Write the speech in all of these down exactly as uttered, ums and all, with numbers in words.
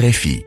R F I.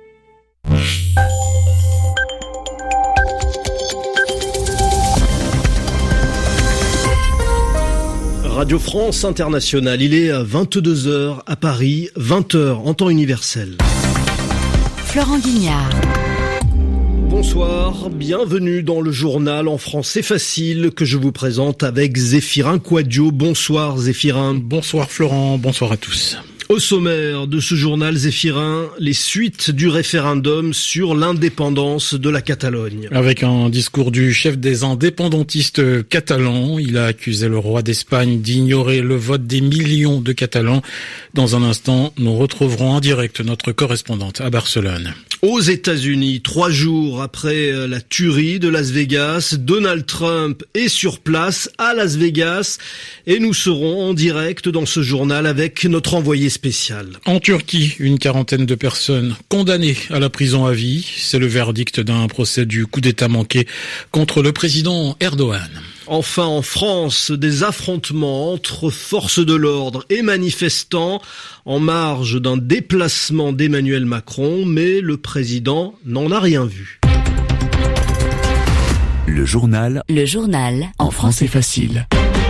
Radio France Internationale, il est à vingt-deux heures à Paris, vingt heures en temps universel. Florent Guignard. Bonsoir, bienvenue dans le journal en français facile que je vous présente avec Zéphirin Quadio. Bonsoir Zéphirin. Bonsoir Florent, bonsoir à tous. Au sommaire de ce journal, Zéphirin, les suites du référendum sur l'indépendance de la Catalogne. Avec un discours du chef des indépendantistes catalans, il a accusé le roi d'Espagne d'ignorer le vote des millions de Catalans. Dans un instant, nous retrouverons en direct notre correspondante à Barcelone. Aux États-Unis, trois jours après la tuerie de Las Vegas, Donald Trump est sur place à Las Vegas et nous serons en direct dans ce journal avec notre envoyé spécial. En Turquie, une quarantaine de personnes condamnées à la prison à vie. C'est le verdict d'un procès du coup d'État manqué contre le président Erdogan. Enfin, en France, des affrontements entre forces de l'ordre et manifestants en marge d'un déplacement d'Emmanuel Macron, mais le président n'en a rien vu. Le journal. Le journal. En français facile.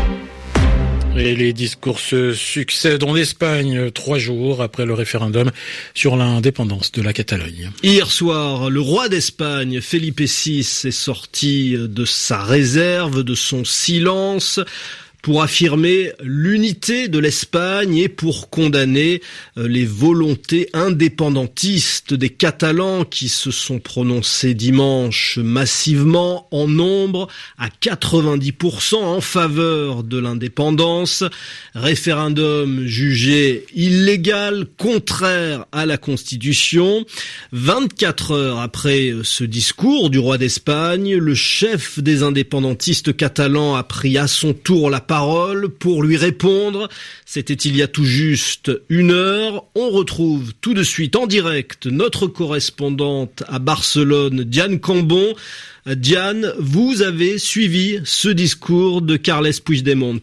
Et les discours se succèdent en Espagne, trois jours après le référendum sur l'indépendance de la Catalogne. Hier soir, le roi d'Espagne, Felipe six, est sorti de sa réserve, de son silence, pour affirmer l'unité de l'Espagne et pour condamner les volontés indépendantistes des Catalans qui se sont prononcés dimanche massivement en nombre à quatre-vingt-dix pour cent en faveur de l'indépendance. Référendum jugé illégal, contraire à la Constitution. vingt-quatre heures après ce discours du roi d'Espagne, le chef des indépendantistes catalans a pris à son tour la parole parole pour lui répondre. C'était il y a tout juste une heure. On retrouve tout de suite en direct notre correspondante à Barcelone, Diane Cambon. Diane, vous avez suivi ce discours de Carles Puigdemont.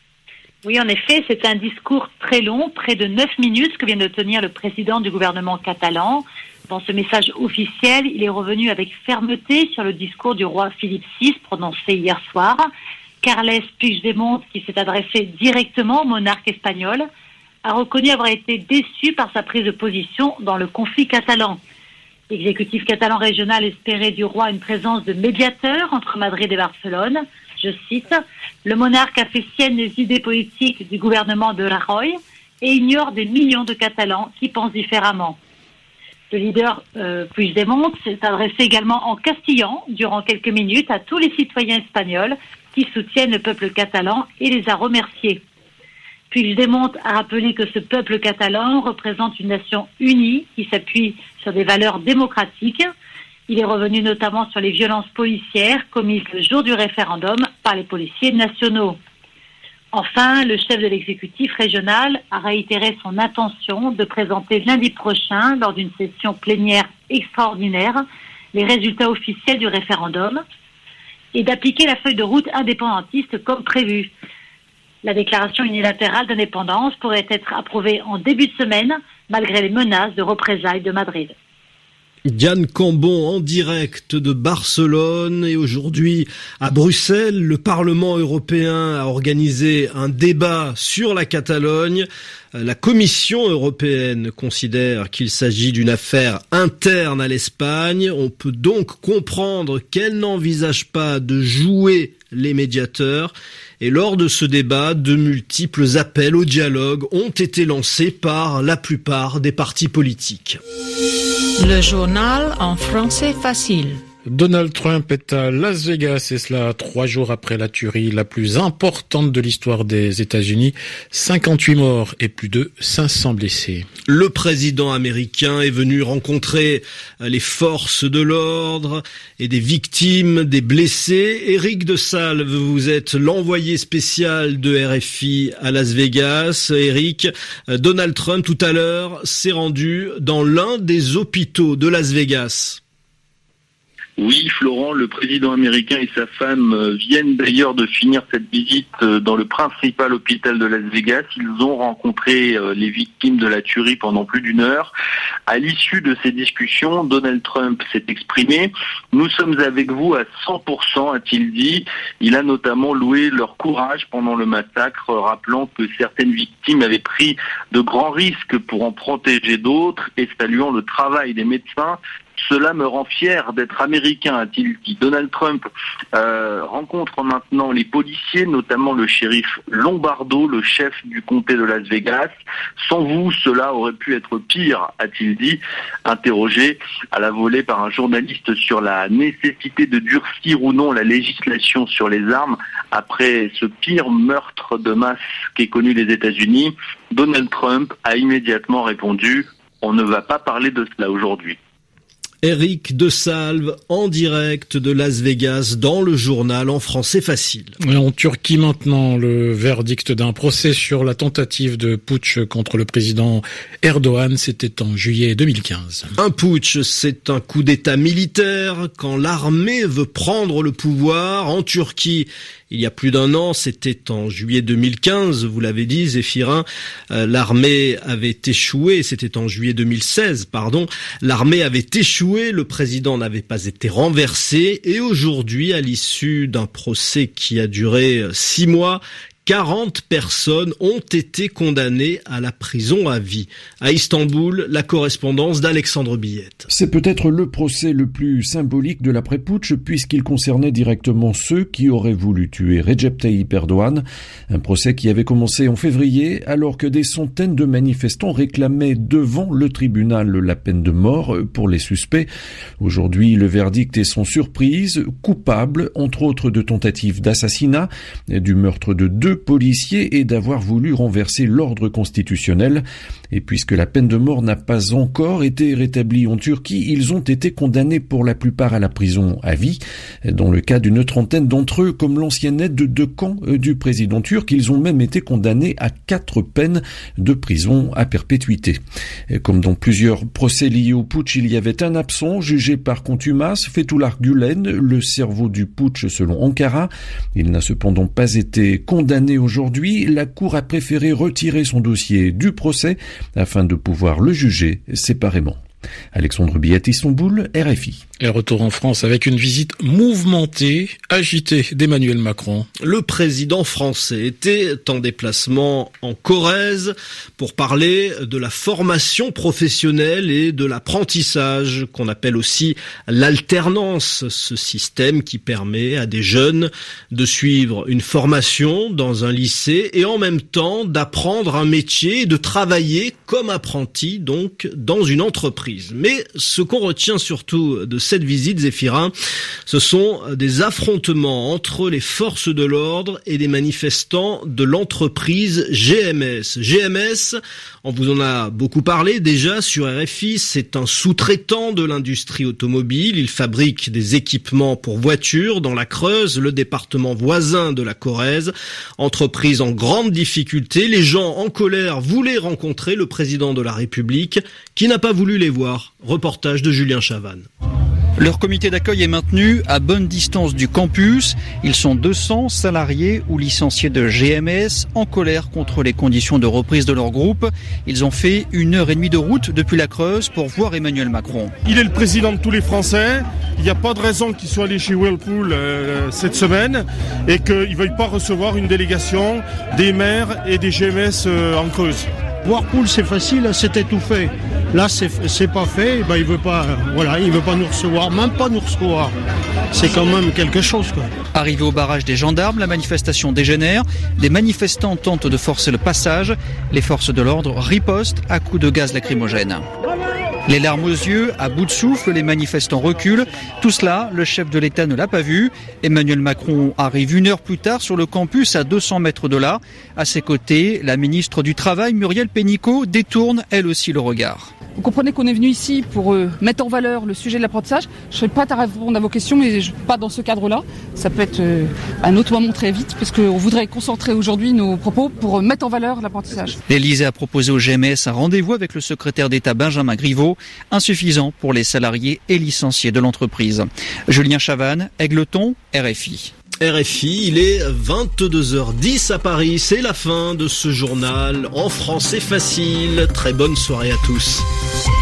Oui, en effet, c'est un discours très long, près de neuf minutes, que vient de tenir le président du gouvernement catalan. Dans ce message officiel, il est revenu avec fermeté sur le discours du roi Philippe six prononcé hier soir. Carles Puigdemont, qui s'est adressé directement au monarque espagnol, a reconnu avoir été déçu par sa prise de position dans le conflit catalan. L'exécutif catalan régional espérait du roi une présence de médiateur entre Madrid et Barcelone. Je cite, « Le monarque a fait sienne les idées politiques du gouvernement de Rajoy et ignore des millions de Catalans qui pensent différemment. » Le leader euh, Puigdemont s'est adressé également en castillan durant quelques minutes à tous les citoyens espagnols qui soutiennent le peuple catalan et les a remerciés. Puigdemont a rappelé que ce peuple catalan représente une nation unie qui s'appuie sur des valeurs démocratiques. Il est revenu notamment sur les violences policières commises le jour du référendum par les policiers nationaux. Enfin, le chef de l'exécutif régional a réitéré son intention de présenter lundi prochain, lors d'une session plénière extraordinaire, les résultats officiels du référendum et d'appliquer la feuille de route indépendantiste comme prévu. La déclaration unilatérale d'indépendance pourrait être approuvée en début de semaine, malgré les menaces de représailles de Madrid. Diane Cambon en direct de Barcelone et aujourd'hui à Bruxelles, le Parlement européen a organisé un débat sur la Catalogne. La Commission européenne considère qu'il s'agit d'une affaire interne à l'Espagne. On peut donc comprendre qu'elle n'envisage pas de jouer les médiateurs. Et lors de ce débat, de multiples appels au dialogue ont été lancés par la plupart des partis politiques. Le journal en français facile. Donald Trump est à Las Vegas et cela trois jours après la tuerie la plus importante de l'histoire des États-Unis. cinquante-huit morts et plus de cinq cents blessés. Le président américain est venu rencontrer les forces de l'ordre et des victimes, des blessés. Éric de Salve, vous êtes l'envoyé spécial de R F I à Las Vegas. Éric, Donald Trump tout à l'heure s'est rendu dans l'un des hôpitaux de Las Vegas. Oui, Florent, le président américain et sa femme viennent d'ailleurs de finir cette visite dans le principal hôpital de Las Vegas. Ils ont rencontré les victimes de la tuerie pendant plus d'une heure. À l'issue de ces discussions, Donald Trump s'est exprimé. « Nous sommes avec vous à cent pour cent », a-t-il dit. Il a notamment loué leur courage pendant le massacre, rappelant que certaines victimes avaient pris de grands risques pour en protéger d'autres et saluant le travail des médecins. Cela me rend fier d'être américain, a-t-il dit. Donald Trump euh, rencontre maintenant les policiers, notamment le shérif Lombardo, le chef du comté de Las Vegas. Sans vous, cela aurait pu être pire, a-t-il dit, interrogé à la volée par un journaliste sur la nécessité de durcir ou non la législation sur les armes après ce pire meurtre de masse qu'aient connu les États-Unis. Donald Trump a immédiatement répondu « On ne va pas parler de cela aujourd'hui ». Eric de Salve, en direct de Las Vegas, dans le journal en français facile. En Turquie maintenant, le verdict d'un procès sur la tentative de putsch contre le président Erdogan, c'était en juillet deux mille quinze. Un putsch, c'est un coup d'État militaire quand l'armée veut prendre le pouvoir. En Turquie, il y a plus d'un an, c'était en juillet deux mille quinze, vous l'avez dit, Zéphirin, euh, l'armée avait échoué, c'était en juillet deux mille seize, pardon, l'armée avait échoué, le président n'avait pas été renversé, et aujourd'hui, à l'issue d'un procès qui a duré six mois, quarante personnes ont été condamnées à la prison à vie. À Istanbul, la correspondance d'Alexandre Billette. C'est peut-être le procès le plus symbolique de l'après-putsch puisqu'il concernait directement ceux qui auraient voulu tuer Recep Tayyip Erdogan. Un procès qui avait commencé en février alors que des centaines de manifestants réclamaient devant le tribunal la peine de mort pour les suspects. Aujourd'hui, le verdict est sans surprise, coupable entre autres de tentatives d'assassinat, du meurtre de deux policiers et d'avoir voulu renverser l'ordre constitutionnel. Et puisque la peine de mort n'a pas encore été rétablie en Turquie, ils ont été condamnés pour la plupart à la prison à vie. Dans le cas d'une trentaine d'entre eux, comme l'ancien aide de camp du président turc, ils ont même été condamnés à quatre peines de prison à perpétuité. Comme dans plusieurs procès liés au putsch, il y avait un absent jugé par contumace, Fethullah Gülen, le cerveau du putsch selon Ankara. Il n'a cependant pas été condamné aujourd'hui. La Cour a préféré retirer son dossier du procès afin de pouvoir le juger séparément. Alexandre Billette, Istanbul, R F I. Et retour en France avec une visite mouvementée, agitée d'Emmanuel Macron. Le président français était en déplacement en Corrèze pour parler de la formation professionnelle et de l'apprentissage qu'on appelle aussi l'alternance, ce système qui permet à des jeunes de suivre une formation dans un lycée et en même temps d'apprendre un métier et de travailler comme apprenti donc dans une entreprise. Mais ce qu'on retient surtout de cette visite, Zéphirin, ce sont des affrontements entre les forces de l'ordre et des manifestants de l'entreprise G M S. G M S, on vous en a beaucoup parlé déjà sur R F I, c'est un sous-traitant de l'industrie automobile. Il fabrique des équipements pour voitures dans la Creuse, le département voisin de la Corrèze. Entreprise en grande difficulté, les gens en colère voulaient rencontrer le président de la République qui n'a pas voulu les voir. Reportage de Julien Chavannes. Leur comité d'accueil est maintenu à bonne distance du campus. Ils sont deux cents salariés ou licenciés de G M S en colère contre les conditions de reprise de leur groupe. Ils ont fait une heure et demie de route depuis la Creuse pour voir Emmanuel Macron. Il est le président de tous les Français. Il n'y a pas de raison qu'il soit allé chez Whirlpool euh, cette semaine et qu'il ne veuille pas recevoir une délégation des maires et des G M S euh, en Creuse. Whirlpool, c'est facile, c'était tout fait. Là, c'est, c'est pas fait, ben, il veut pas, voilà, il veut pas nous recevoir, même pas nous recevoir. C'est quand même quelque chose, quoi. Arrivé au barrage des gendarmes, la manifestation dégénère. Des manifestants tentent de forcer le passage. Les forces de l'ordre ripostent à coups de gaz lacrymogène. Les larmes aux yeux, à bout de souffle, les manifestants reculent. Tout cela, le chef de l'État ne l'a pas vu. Emmanuel Macron arrive une heure plus tard sur le campus à deux cents mètres de là. À ses côtés, la ministre du Travail, Muriel Pénicaud, détourne elle aussi le regard. Vous comprenez qu'on est venu ici pour euh, mettre en valeur le sujet de l'apprentissage. Je ne serai pas à répondre à vos questions, mais je, pas dans ce cadre-là. Ça peut être euh, un autre moment très vite, parce qu'on voudrait concentrer aujourd'hui nos propos pour euh, mettre en valeur l'apprentissage. L'Élysée a proposé au G M S un rendez-vous avec le secrétaire d'État Benjamin Griveaux. insuffisant pour les salariés et licenciés de l'entreprise. Julien Chavannes, Égletons, R F I. R F I, il est vingt-deux heures dix à Paris, c'est la fin de ce journal en français facile. Très bonne soirée à tous.